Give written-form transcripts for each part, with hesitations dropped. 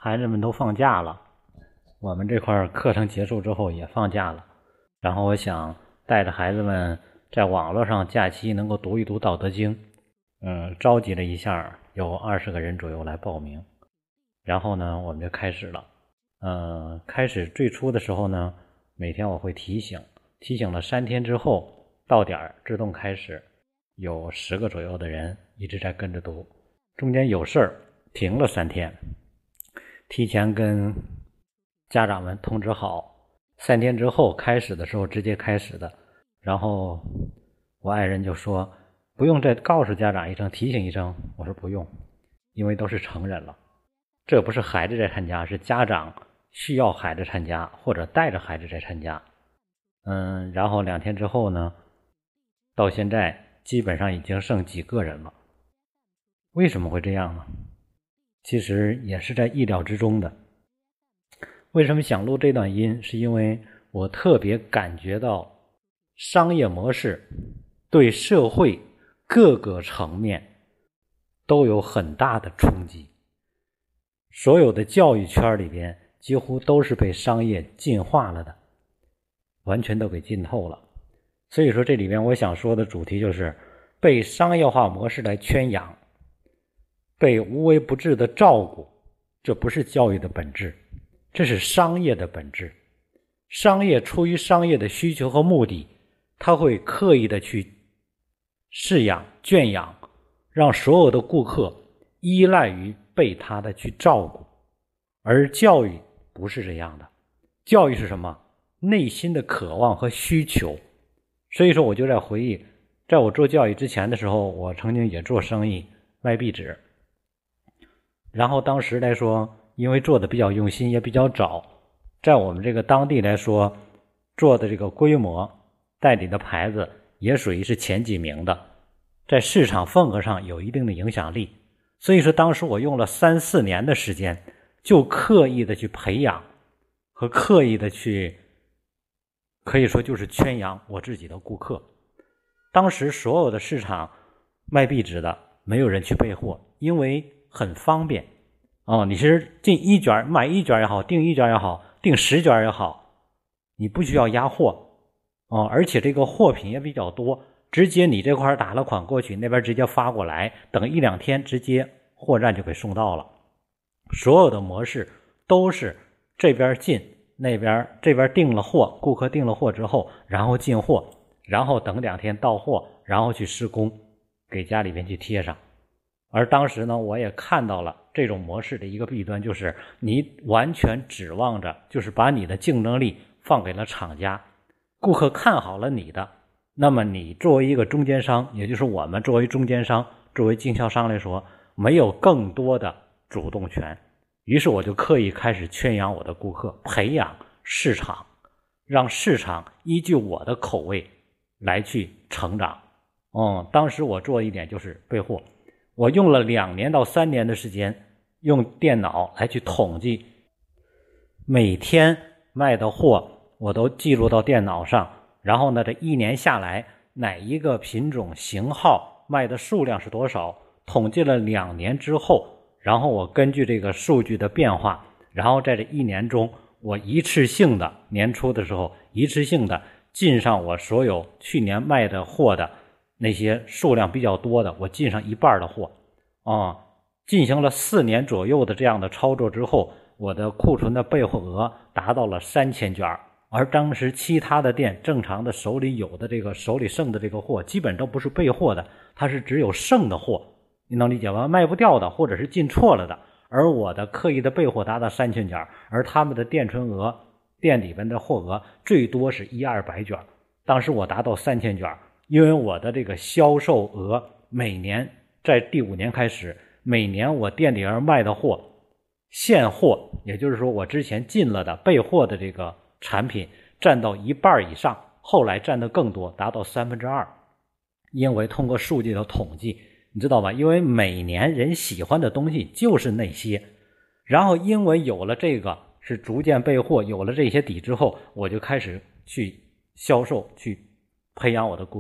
孩子们都放假了，我们这块课程结束之后也放假了，然后我想带着孩子们在网络上假期能够读一读《道德经》，召集了一下，有20个人左右来报名，然后呢我们就开始了。开始最初的时候呢，每天我会提醒了3天之后，到点自动开始，有10个左右的人一直在跟着读，中间有事儿停了3天，提前跟家长们通知好，3天之后开始的时候直接开始的。然后我爱人就说不用再告诉家长一声，提醒一声。我说不用，因为都是成人了，这不是孩子在参加，是家长需要孩子参加或者带着孩子在参加。然后2天之后呢，到现在基本上已经剩几个人了。为什么会这样呢？其实也是在意料之中的。为什么想录这段音，是因为我特别感觉到商业模式对社会各个层面都有很大的冲击，所有的教育圈里边几乎都是被商业进化了的，完全都给浸透了。所以说这里边我想说的主题就是被商业化模式来圈养，被无微不至的照顾，这不是教育的本质，这是商业的本质。商业出于商业的需求和目的，他会刻意的去饲养圈养，让所有的顾客依赖于被他的去照顾。而教育不是这样的，教育是什么？内心的渴望和需求。所以说我就在回忆，在我做教育之前的时候，我曾经也做生意卖壁纸，然后当时来说，因为做的比较用心也比较早，在我们这个当地来说，做的这个规模代理的牌子也属于是前几名的，在市场份额上有一定的影响力。所以说当时我用了3、4年的时间，就刻意的去培养和刻意的去，可以说就是圈养我自己的顾客。当时所有的市场卖壁纸的没有人去备货，因为很方便你是进1卷买1卷也好，订1卷也好，订10卷也好，你不需要压货而且这个货品也比较多，直接你这块打了款过去，那边直接发过来，等1、2天直接货站就给送到了。所有的模式都是这边进，那边这边订了货，顾客订了货之后，然后进货，然后等2天到货，然后去施工，给家里边去贴上。而当时呢，我也看到了这种模式的一个弊端，就是你完全指望着，就是把你的竞争力放给了厂家，顾客看好了你的，那么你作为一个中间商，也就是我们作为中间商，作为经销商来说，没有更多的主动权。于是我就刻意开始圈养我的顾客，培养市场，让市场依据我的口味来去成长。当时我做一点就是备货，我用了2年到3年的时间，用电脑来去统计每天卖的货，我都记录到电脑上。然后呢，这1年下来，哪一个品种型号卖的数量是多少，统计了2年之后，然后我根据这个数据的变化，然后在这1年中，我一次性的年初的时候，一次性的进上我所有去年卖的货的那些数量比较多的，我进上1半的货进行了4年左右的这样的操作之后，我的库存的备货额达到了3000卷。而当时其他的店正常的手里有的这个手里剩的这个货基本都不是备货的，它是只有剩的货，你能理解吗？卖不掉的或者是进错了的。而我的刻意的备货达到3000卷，而他们的店存额店里边的货额最多是100-200卷，当时我达到3000卷。因为我的这个销售额每年在第5年开始，每年我店里边卖的货现货，也就是说我之前进了的备货的这个产品占到1半以上，后来占得更多，达到2/3。因为通过数据的统计，你知道吧，因为每年人喜欢的东西就是那些，然后因为有了这个是逐渐备货，有了这些底之后，我就开始去销售，去培养我的顾客。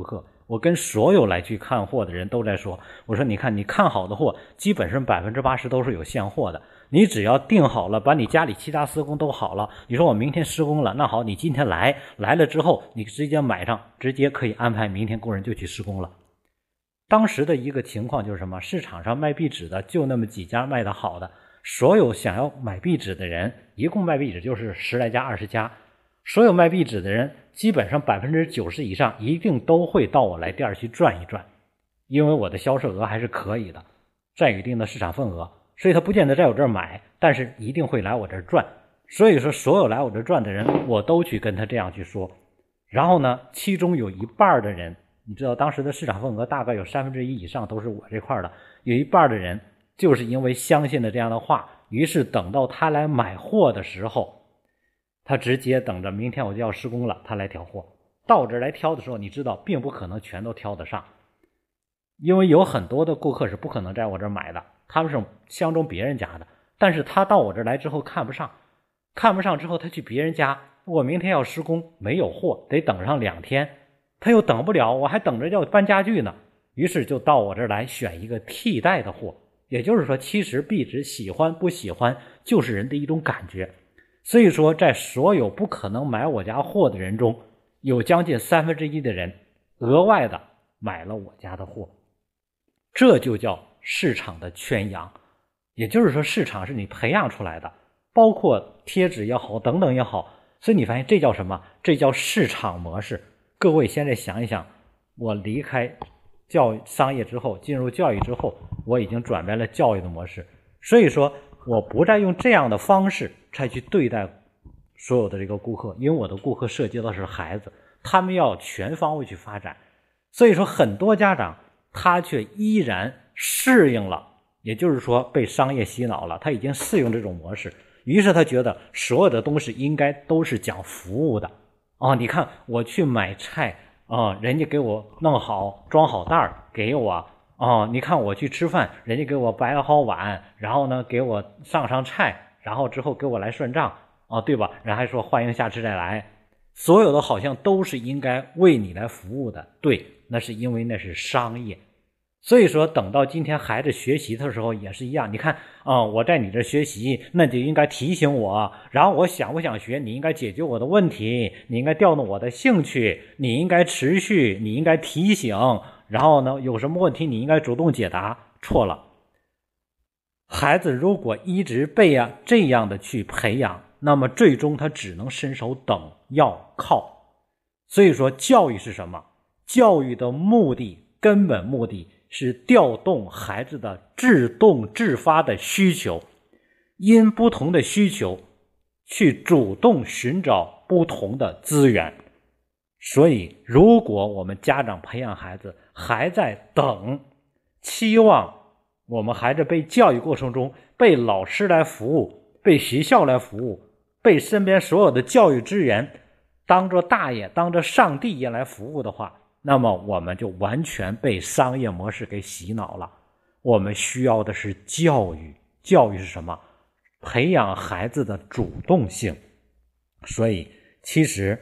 我跟所有来去看货的人都在说，我说你看你看好的货基本上80%都是有现货的，你只要定好了，把你家里其他施工都好了，你说我明天施工了，那好，你今天来了之后你直接买上，直接可以安排明天工人就去施工了。当时的一个情况就是什么，市场上卖壁纸的就那么几家卖的好的，所有想要买壁纸的人，一共卖壁纸就是10来家20家，所有卖壁纸的人基本上90%以上一定都会到我来店去转一转，因为我的销售额还是可以的，占有一定的市场份额，所以他不见得在我这儿买，但是一定会来我这儿转。所以说所有来我这儿转的人我都去跟他这样去说。然后呢，其中有一半的人，你知道当时的市场份额大概有1/3以上都是我这块的，有一半的人就是因为相信了这样的话，于是等到他来买货的时候，他直接等着明天我就要施工了，他来挑货。到我这儿来挑的时候，你知道并不可能全都挑得上，因为有很多的顾客是不可能在我这儿买的，他们是相中别人家的，但是他到我这儿来之后看不上之后，他去别人家，我明天要施工没有货，得等上2天，他又等不了，我还等着要搬家具呢，于是就到我这儿来选一个替代的货。也就是说，其实壁纸喜欢不喜欢就是人的一种感觉。所以说在所有不可能买我家货的人中，有将近1/3的人额外的买了我家的货，这就叫市场的圈养。也就是说市场是你培养出来的，包括贴纸也好等等也好，所以你发现这叫什么？这叫市场模式。各位现在想一想，我离开商业之后，进入教育之后，我已经转变了教育的模式，所以说我不再用这样的方式再去对待所有的这个顾客，因为我的顾客涉及到是孩子，他们要全方位去发展。所以说很多家长他却依然适应了，也就是说被商业洗脑了，他已经适应这种模式，于是他觉得所有的东西应该都是讲服务的。你看我去买菜人家给我弄好装好袋给我你看我去吃饭，人家给我摆好碗，然后呢给我上菜，然后之后给我来算账对吧？然后还说欢迎下次再来，所有的好像都是应该为你来服务的。对，那是因为那是商业。所以说等到今天孩子学习的时候也是一样，你看我在你这学习，那就应该提醒我，然后我想不想学，你应该解决我的问题，你应该调动我的兴趣，你应该持续，你应该提醒，然后呢有什么问题你应该主动解答。错了，孩子如果一直被这样的去培养，那么最终他只能伸手等要靠。所以说教育是什么？教育的目的，根本目的是调动孩子的自动自发的需求，因不同的需求去主动寻找不同的资源。所以如果我们家长培养孩子还在等，期望我们孩子被教育过程中被老师来服务，被学校来服务，被身边所有的教育资源当作大爷当作上帝也来服务的话，那么我们就完全被商业模式给洗脑了。我们需要的是教育。教育是什么？培养孩子的主动性。所以其实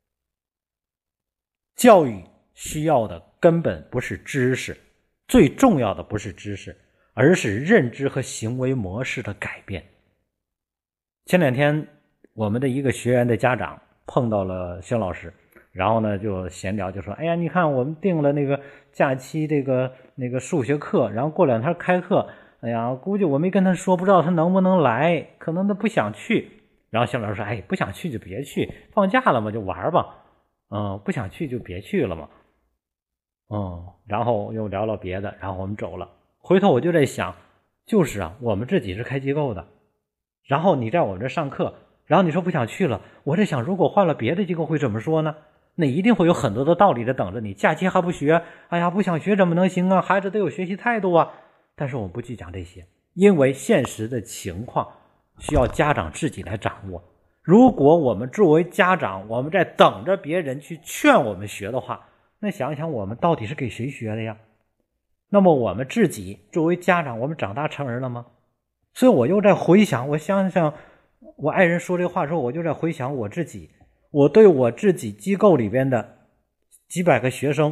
教育需要的根本不是知识，最重要的不是知识，而是认知和行为模式的改变。前2天我们的一个学员的家长碰到了肖老师，然后呢就闲聊，就说哎呀你看我们定了那个假期那个数学课，然后过2天开课，哎呀估计我没跟他说，不知道他能不能来，可能他不想去。然后肖老师说哎不想去就别去，放假了嘛就玩吧，不想去就别去了嘛。然后又聊聊别的，然后我们走了。回头我就在想，就是我们自己是开机构的，然后你在我们这上课，然后你说不想去了，我在想如果换了别的机构会怎么说呢？那一定会有很多的道理在等着你，假期还不学，哎呀不想学怎么能行啊，孩子都有学习态度啊。但是我们不去讲这些，因为现实的情况需要家长自己来掌握。如果我们作为家长，我们在等着别人去劝我们学的话，那想一想我们到底是给谁学的呀？那么我们自己作为家长，我们长大成人了吗？所以我又在回想，我想想我爱人说这话的时候，我就在回想我自己，我对我自己机构里边的几百个学生，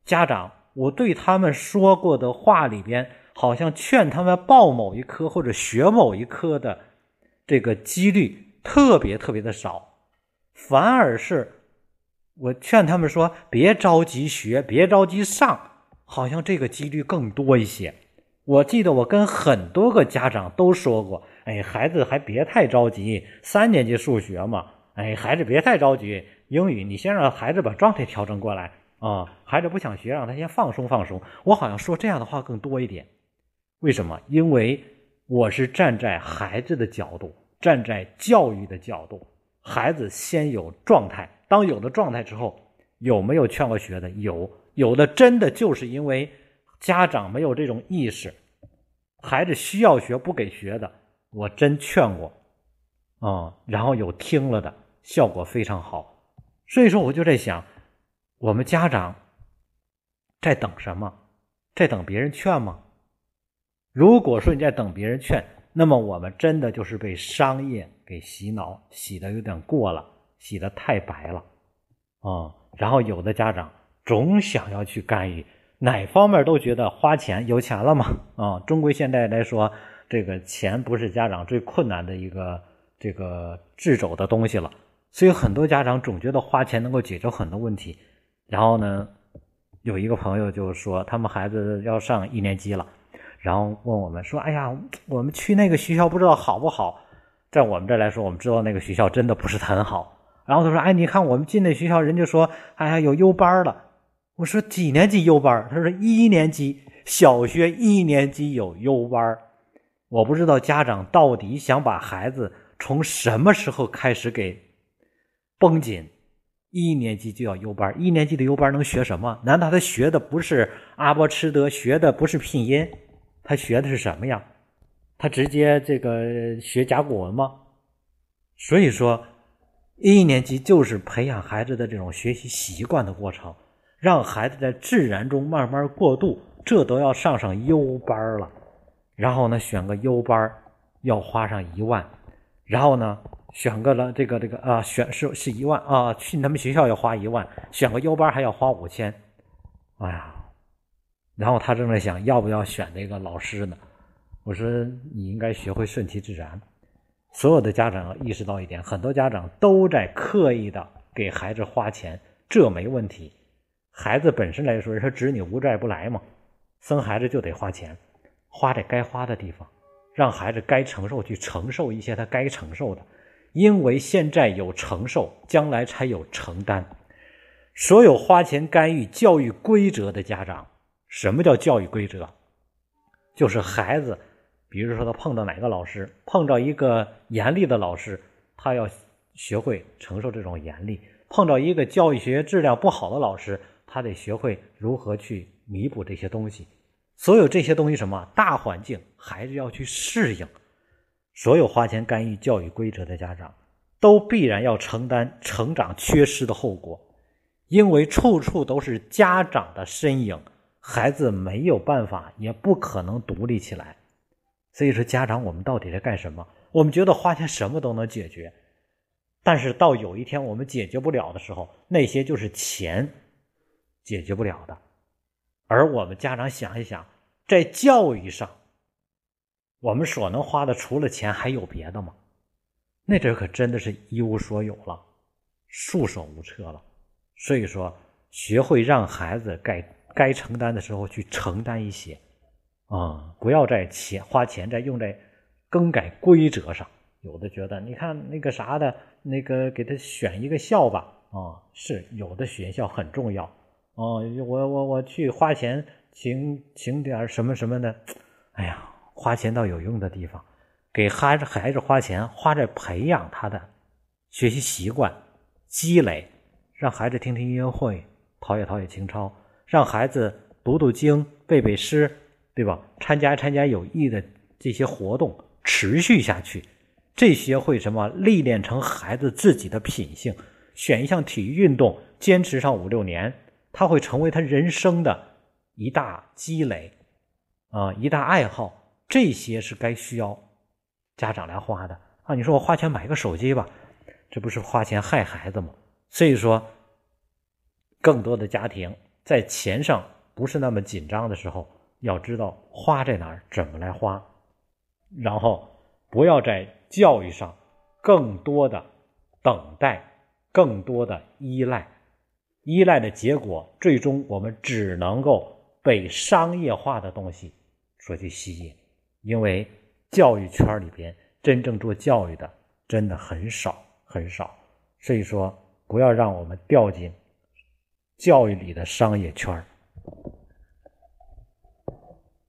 家长，我对他们说过的话里边，好像劝他们报某一科或者学某一科的这个几率特别特别的少，反而是我劝他们说别着急学，别着急上，好像这个几率更多一些。我记得我跟很多个家长都说过，孩子还别太着急，3年级数学嘛，孩子别太着急，英语你先让孩子把状态调整过来孩子不想学，让他先放松放松。我好像说这样的话更多一点。为什么？因为我是站在孩子的角度，站在教育的角度，孩子先有状态，当有了状态之后，有没有劝过学的？有的真的就是因为家长没有这种意识，孩子需要学不给学的，我真劝过然后有听了的，效果非常好。所以说我就在想，我们家长在等什么？在等别人劝吗？如果说你在等别人劝，那么我们真的就是被商业给洗脑，洗得有点过了，洗得太白了然后有的家长总想要去干预，哪方面都觉得花钱，有钱了嘛中国现在来说，这个钱不是家长最困难的一个这个掣肘的东西了，所以很多家长总觉得花钱能够解决很多问题。然后呢，有一个朋友就说他们孩子要上1年级了，然后问我们说，哎呀，我们去那个学校不知道好不好。在我们这来说，我们知道那个学校真的不是很好。然后他说，你看我们进那学校，人就说，有优班了。我说几年级优班？他说1年级，小学1年级有优班。我不知道家长到底想把孩子从什么时候开始给绷紧，1年级就要优班。1年级的优班能学什么？难道他学的不是阿波吃德，学的不是拼音？他学的是什么呀？他直接这个学甲骨文吗？所以说1年级就是培养孩子的这种学习习惯的过程，让孩子在自然中慢慢过渡，这都要上优班了。然后呢，选个优班要花上1万，然后呢选个了这个选是1万去他们学校要花1万，选个优班还要花5000。然后他正在想要不要选这个老师呢。我说你应该学会顺其自然。所有的家长要意识到一点，很多家长都在刻意的给孩子花钱，这没问题。孩子本身来说，说子女无债不来嘛，生孩子就得花钱，花在该花的地方，让孩子该承受去承受一些他该承受的，因为现在有承受，将来才有承担。所有花钱干预教育规则的家长，什么叫教育规则？就是孩子比如说他碰到哪个老师，碰到一个严厉的老师，他要学会承受这种严厉；碰到一个教育学质量不好的老师，他得学会如何去弥补这些东西。所有这些东西什么大环境孩子要去适应。所有花钱干预教育规则的家长都必然要承担成长缺失的后果，因为处处都是家长的身影，孩子没有办法也不可能独立起来。所以说家长我们到底在干什么？我们觉得花钱什么都能解决，但是到有一天我们解决不了的时候，那些就是钱解决不了的。而我们家长想一想，在教育上我们所能花的除了钱还有别的吗？那这可真的是一无所有了，束手无策了。所以说学会让孩子该承担的时候去承担一些不要在花钱再用在更改规则上。有的觉得你看那个啥的，那个给他选一个校吧是有的学校很重要我去花钱请点什么什么的。哎呀，花钱到有用的地方，给孩子花钱花在培养他的学习习惯积累，让孩子听听音乐会，陶冶情操，让孩子读经背诗，对吧？参加有益的这些活动，持续下去，这些会什么历练成孩子自己的品性。选一项体育运动坚持上5-6年，他会成为他人生的一大积累一大爱好。这些是该需要家长来花的你说我花钱买个手机吧，这不是花钱害孩子吗？所以说更多的家庭在钱上不是那么紧张的时候，要知道花在哪儿，怎么来花，然后不要在教育上更多的等待，更多的依赖。依赖的结果，最终我们只能够被商业化的东西所去吸引，因为教育圈里边真正做教育的真的很少很少，所以说不要让我们掉进教育里的商业圈。